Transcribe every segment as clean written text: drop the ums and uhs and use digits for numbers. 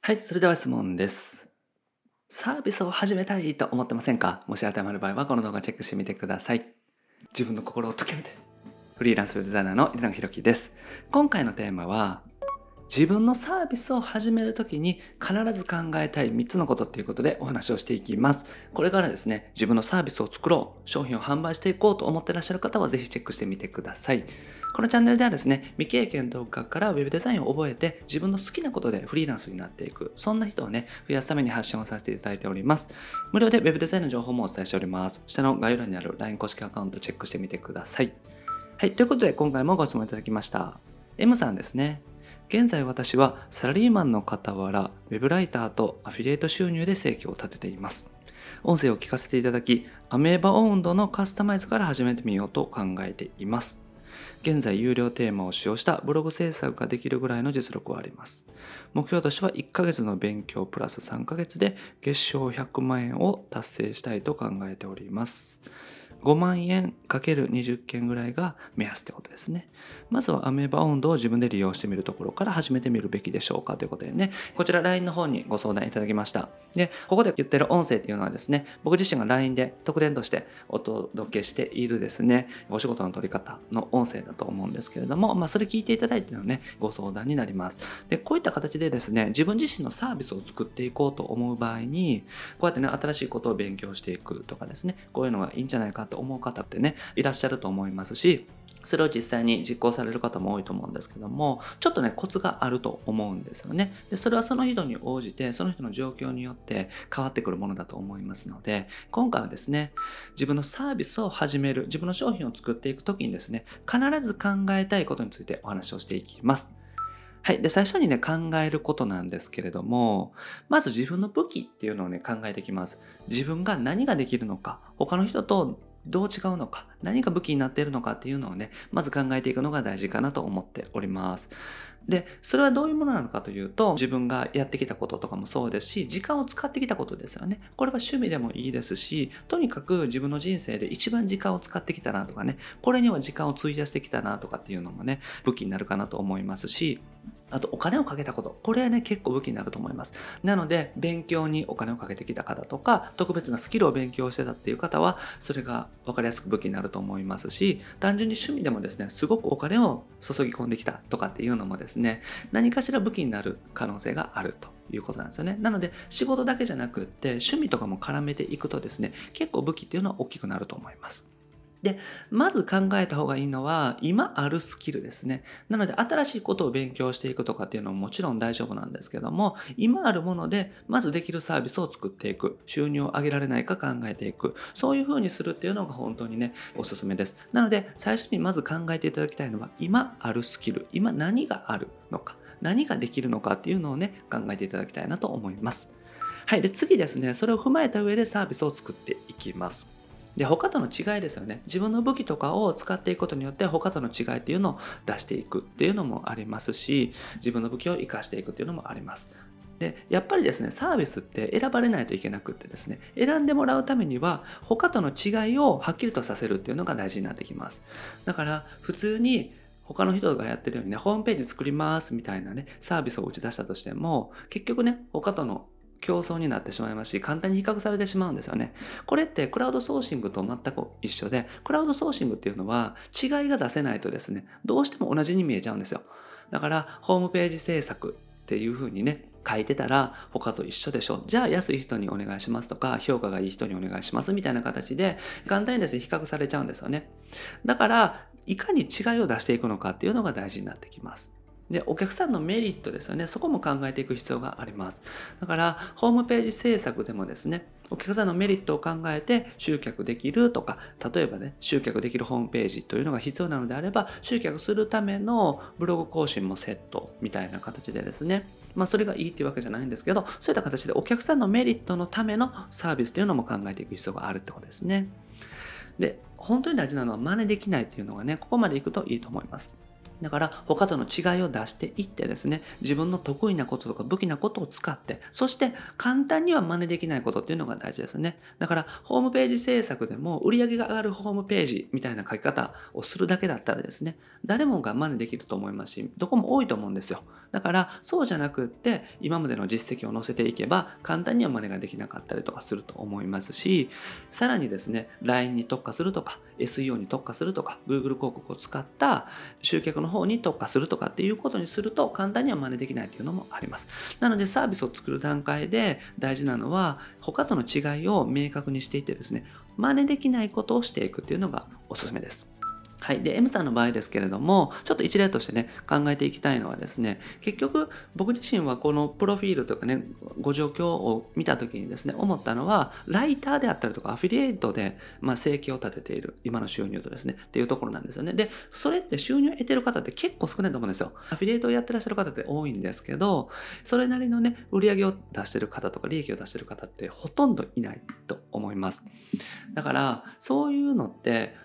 はい、それでは質問です。サービスを始めたいと思ってませんか？もし当てはまる場合はこの動画チェックしてみてください。自分の心を解けるで。フリーランスウェブデザイナーの井田弘樹です。今回のテーマは、自分のサービスを始めるときに必ず考えたい3つのことっていうことでお話をしていきます。これからですね、自分のサービスを作ろう、商品を販売していこうと思ってらっしゃる方はぜひチェックしてみてください。このチャンネルではですね、未経験動画からウェブデザインを覚えて自分の好きなことでフリーランスになっていく、そんな人をね、増やすために発信をさせていただいております。無料でウェブデザインの情報もお伝えしております。下の概要欄にある LINE 公式アカウントチェックしてみてください。はい、ということで今回もご質問いただきました。M さんですね。現在私はサラリーマンの傍ら、ウェブライターとアフィリエイト収入で生計を立てています。音声を聞かせていただき、アメーバオウンドのカスタマイズから始めてみようと考えています。現在有料テーマを使用したブログ制作ができるぐらいの実力はあります。目標としては1ヶ月の勉強プラス3ヶ月で月賞100万円を達成したいと考えております。5万円 ×20 件ぐらいが目安ってことですね。まずはアメーバウンドを自分で利用してみるところから始めてみるべきでしょうかということでね、こちら LINE の方にご相談いただきました。で、ここで言ってる音声っていうのはですね、僕自身が LINE で特典としてお届けしているですね、お仕事の取り方の音声だと思うんですけれども、それ聞いていただいてのね、ご相談になります。で、こういった形でですね、自分自身のサービスを作っていこうと思う場合に、こうやってね、新しいことを勉強していくとかですね、こういうのがいいんじゃないかと思う方ってね、いらっしゃると思いますし、それを実際に実行される方も多いと思うんですけども、ちょっとね、コツがあると思うんですよね。で、それはその人に応じて、その人の状況によって変わってくるものだと思いますので、今回はですね、自分のサービスを始める、自分の商品を作っていくときにですね、必ず考えたいことについてお話をしていきます。はい。で、最初にね、考えることなんですけれども、まず自分の武器っていうのをね、考えていきます。自分が何ができるのか、他の人とどう違うのか、何が武器になっているのかっていうのをね、まず考えていくのが大事かなと思っております。で、それはどういうものなのかというと、自分がやってきたこととかもそうですし、時間を使ってきたことですよね。これは趣味でもいいですし、とにかく自分の人生で一番時間を使ってきたなとかね、これには時間を費やしてきたなとかっていうのもね、武器になるかなと思いますし、あとお金をかけたこと。これはね、結構武器になると思います。なので、勉強にお金をかけてきた方とか、特別なスキルを勉強してたっていう方は、それが分かりやすく武器になると思いますし、単純に趣味でもですね、すごくお金を注ぎ込んできたとかっていうのもですね、何かしら武器になる可能性があるということなんですよね。なので、仕事だけじゃなくって、趣味とかも絡めていくとですね、結構武器っていうのは大きくなると思います。で、まず考えた方がいいのは、今あるスキルですね。なので、新しいことを勉強していくとかっていうのももちろん大丈夫なんですけども、今あるもので、まずできるサービスを作っていく。収入を上げられないか考えていく。そういう風にするっていうのが本当にね、おすすめです。なので、最初にまず考えていただきたいのは、今あるスキル。今何があるのか。何ができるのかっていうのをね、考えていただきたいなと思います。はい。で、次ですね、それを踏まえた上でサービスを作っていきます。で、他との違いですよね。自分の武器とかを使っていくことによって他との違いっていうのを出していくっていうのもありますし、自分の武器を活かしていくっていうのもあります。で、やっぱりですね、サービスって選ばれないといけなくってですね、選んでもらうためには他との違いをはっきりとさせるっていうのが大事になってきます。だから普通に他の人がやってるようにね、ホームページ作りますみたいなね、サービスを打ち出したとしても、結局ね、他との競争になってしまいますし、簡単に比較されてしまうんですよね。これってクラウドソーシングと全く一緒で、クラウドソーシングっていうのは違いが出せないとですね、どうしても同じに見えちゃうんですよ。だから、ホームページ制作っていう風にね、書いてたら他と一緒でしょ。じゃあ安い人にお願いしますとか、評価がいい人にお願いしますみたいな形で、簡単にですね、比較されちゃうんですよね。だから、いかに違いを出していくのかっていうのが大事になってきます。で、お客さんのメリットですよね。そこも考えていく必要があります。だから、ホームページ制作でもですね、お客さんのメリットを考えて集客できるとか、例えばね、集客できるホームページというのが必要なのであれば、集客するためのブログ更新もセットみたいな形でですね、それがいいっていうわけじゃないんですけど、そういった形でお客さんのメリットのためのサービスというのも考えていく必要があるってことですね。で、本当に大事なのは真似できないっていうのがね、ここまでいくといいと思います。 だから他との違いを出していってですね、自分の得意なこととか武器なことを使って、そして簡単には真似できないことっていうのが大事ですね。だからホームページ制作でも売り上げが上がるホームページみたいな書き方をするだけだったらですね、誰もが真似できると思いますし、どこも多いと思うんですよ。だからそうじゃなくって今までの実績を載せていけば簡単には真似ができなかったりとかすると思いますし、さらにですね、LINE に特化するとか SEO に特化するとか Google 広告を使った集客の方に特化するとかっていうことにすると簡単には真似できないというのもあります。なのでサービスを作る段階で大事なのは他との違いを明確にしていってですね、真似できないことをしていくっていうのがおすすめです。はい。で、M さんの場合ですけれども、ちょっと一例としてね、考えていきたいのはですね、結局、僕自身はこのプロフィールというかね、ご状況を見たときにですね、思ったのは、ライターであったりとか、アフィリエイトで、生計を立てている、今の収入とですね、っていうところなんですよね。で、それって収入を得てる方って結構少ないと思うんですよ。アフィリエイトをやってらっしゃる方って多いんですけど、それなりのね、売り上げを出してる方とか、利益を出してる方ってほとんどいないと思います。だから、そういうのって、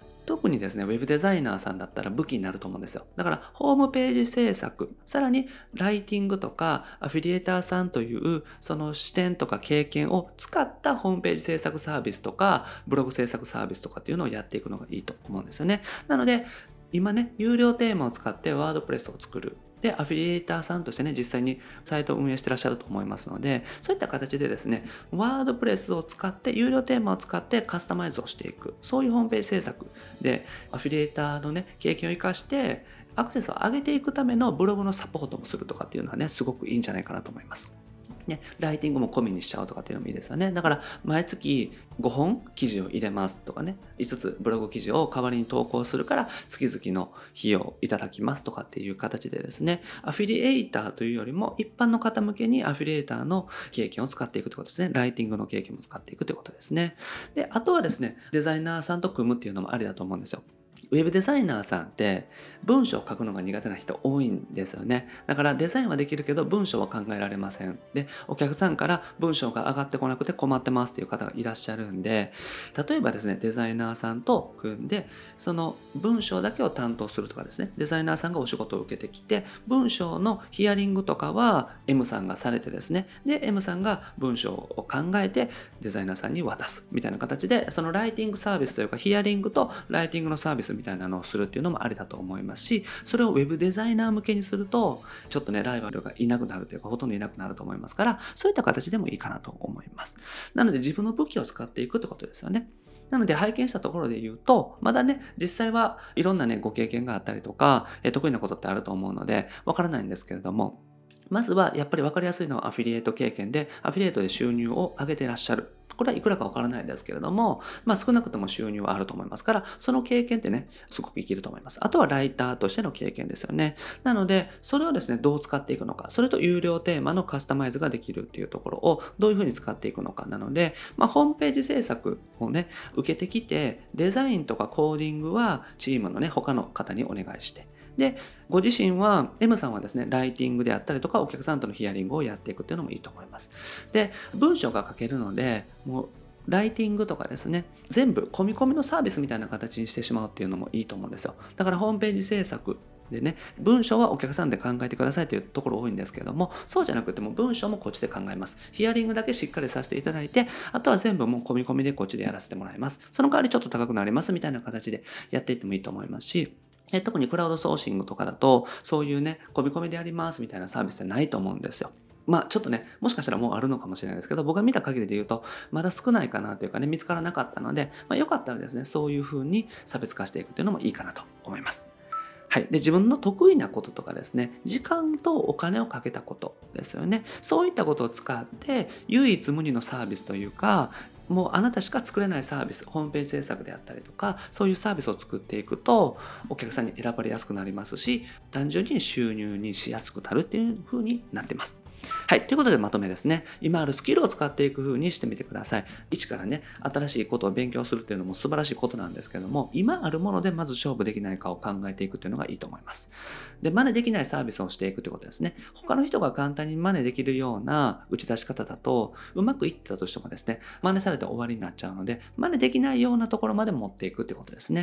特にですね、ウェブデザイナーさんだったら武器になると思うんですよ。だから、ホームページ制作、さらにライティングとかアフィリエーターさんというその視点とか経験を使ったホームページ制作サービスとか、ブログ制作サービスとかっていうのをやっていくのがいいと思うんですよね。なので、今ね、有料テーマを使ってワードプレスを作る。で、アフィリエイターさんとしてね、実際にサイトを運営してらっしゃると思いますので、そういった形でですね、ワードプレスを使って、有料テーマを使ってカスタマイズをしていく。そういうホームページ制作で、アフィリエイターのね、経験を生かして、アクセスを上げていくためのブログのサポートもするとかっていうのはね、すごくいいんじゃないかなと思います。ね、ライティングも込みにしちゃうとかっていうのもいいですよね。だから毎月5本記事を入れますとかね、5つブログ記事を代わりに投稿するから月々の費用いただきますとかっていう形でですね、アフィリエイターというよりも一般の方向けにアフィリエイターの経験を使っていくということですね。ライティングの経験も使っていくということですね。で、あとはですね、デザイナーさんと組むっていうのもありだと思うんですよ。ウェブデザイナーさんって文章を書くのが苦手な人多いんですよね。だからデザインはできるけど文章は考えられません。で、お客さんから文章が上がってこなくて困ってますっていう方がいらっしゃるんで、例えばですね、デザイナーさんと組んで、その文章だけを担当するとかですね、デザイナーさんがお仕事を受けてきて、文章のヒアリングとかは M さんがされてですね、で、M さんが文章を考えてデザイナーさんに渡すみたいな形で、そのライティングサービスというかヒアリングとライティングのサービスみたいなのをするっていうのもありだと思いますし、それをウェブデザイナー向けにするとちょっとねライバルがいなくなるというかほとんどいなくなると思いますから、そういった形でもいいかなと思います。なので自分の武器を使っていくってことですよね。なので拝見したところで言うと、まだね実際はいろんなねご経験があったりとか得意なことってあると思うのでわからないんですけれども、まずはやっぱり分かりやすいのはアフィリエイト経験で、アフィリエイトで収入を上げていらっしゃる。これはいくらかわからないですけれども、少なくとも収入はあると思いますから、その経験ってね、すごく生きると思います。あとはライターとしての経験ですよね。なので、それをですね、どう使っていくのか、それと有料テーマのカスタマイズができるっていうところをどういうふうに使っていくのかなので、ホームページ制作をね、受けてきて、デザインとかコーディングはチームのね、他の方にお願いして、で、ご自身は、M さんはですね、ライティングであったりとか、お客さんとのヒアリングをやっていくっていうのもいいと思います。で、文章が書けるので、もう、ライティングとかですね、全部込み込みのサービスみたいな形にしてしまうっていうのもいいと思うんですよ。だからホームページ制作でね、文章はお客さんで考えてくださいというところ多いんですけれども、そうじゃなくても文章もこっちで考えます。ヒアリングだけしっかりさせていただいて、あとは全部もう込み込みでこっちでやらせてもらいます。その代わりちょっと高くなりますみたいな形でやっていってもいいと思いますし、特にクラウドソーシングとかだと、そういうね、込み込みでやりますみたいなサービスってないと思うんですよ。ちょっとね、もしかしたらもうあるのかもしれないですけど、僕が見た限りで言うと、まだ少ないかなというかね、見つからなかったので、よかったらですね、そういう風に差別化していくというのもいいかなと思います。はい。で、自分の得意なこととかですね、時間とお金をかけたことですよね。そういったことを使って、唯一無二のサービスというか、もうあなたしか作れないサービス、ホームページ制作であったりとか、そういうサービスを作っていくと、お客さんに選ばれやすくなりますし、単純に収入にしやすくなるっていう風になってます。はい。ということでまとめですね。今あるスキルを使っていく風にしてみてください。一からね、新しいことを勉強するっていうのも素晴らしいことなんですけども、今あるものでまず勝負できないかを考えていくっていうのがいいと思います。で、真似できないサービスをしていくってことですね。他の人が簡単に真似できるような打ち出し方だと、うまくいってたとしてもですね、真似されて終わりになっちゃうので、真似できないようなところまで持っていくってことですね。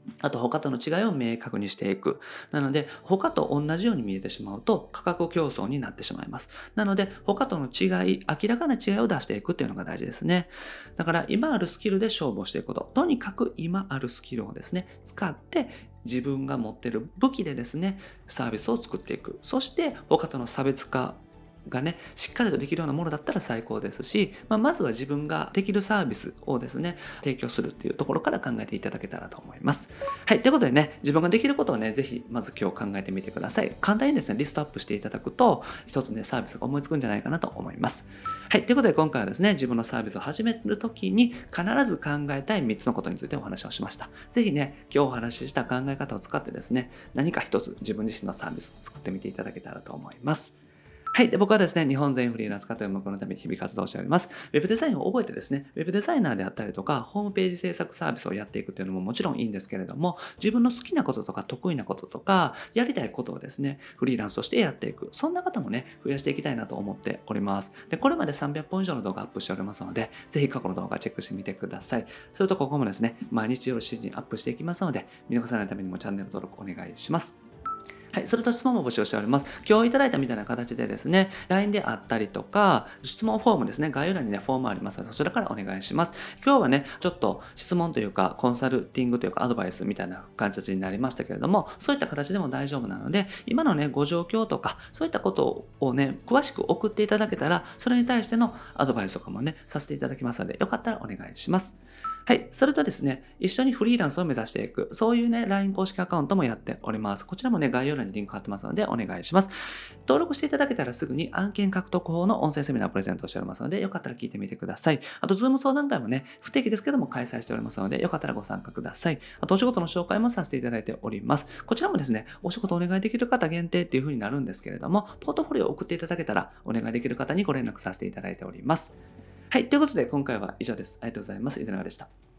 あと他との違いを明確にしていく。なので他と同じように見えてしまうと価格競争になってしまいます。なので他との違い、明らかな違いを出していくっていうのが大事ですね。だから今あるスキルで勝負をしていくこと。とにかく今あるスキルをですね、使って自分が持っている武器でですね、サービスを作っていく。そして他との差別化がね、しっかりとできるようなものだったら最高ですし、まずは自分ができるサービスをですね、提供するっていうところから考えていただけたらと思います。はい。ということでね、自分ができることをね、ぜひ、まず今日考えてみてください。簡単にですね、リストアップしていただくと、一つね、サービスが思いつくんじゃないかなと思います。はい。ということで、今回はですね、自分のサービスを始めるときに必ず考えたい3つのことについてお話をしました。ぜひね、今日お話しした考え方を使ってですね、何か一つ自分自身のサービスを作ってみていただけたらと思います。はい。で、僕はですね、日本全フリーランス化という目標のために日々活動しております。ウェブデザインを覚えてですね、ウェブデザイナーであったりとか、ホームページ制作サービスをやっていくというのももちろんいいんですけれども、自分の好きなこととか得意なこととか、やりたいことをですね、フリーランスとしてやっていく。そんな方もね、増やしていきたいなと思っております。で、これまで300本以上の動画アップしておりますので、ぜひ過去の動画チェックしてみてください。それとここもですね、毎日夜7時にアップしていきますので、見逃さないためにもチャンネル登録お願いします。はい。それと質問も募集しております。今日いただいたみたいな形でですね、LINE であったりとか、質問フォームですね、概要欄にね、フォームありますので、そちらからお願いします。今日はね、ちょっと質問というか、コンサルティングというか、アドバイスみたいな形になりましたけれども、そういった形でも大丈夫なので、今のね、ご状況とか、そういったことをね、詳しく送っていただけたら、それに対してのアドバイスとかもね、させていただきますので、よかったらお願いします。はい。それとですね、一緒にフリーランスを目指していく、そういうね、LINE 公式アカウントもやっております。こちらもね、概要欄にリンク貼ってますので、お願いします。登録していただけたらすぐに案件獲得法の音声セミナーをプレゼントしておりますので、よかったら聞いてみてください。あと、Zoom 相談会もね、不定期ですけども開催しておりますので、よかったらご参加ください。あと、お仕事の紹介もさせていただいております。こちらもですね、お仕事お願いできる方限定っていう風になるんですけれども、ポートフォリオを送っていただけたら、お願いできる方にご連絡させていただいております。はい。ということで、今回は以上です。ありがとうございます。井出永でした。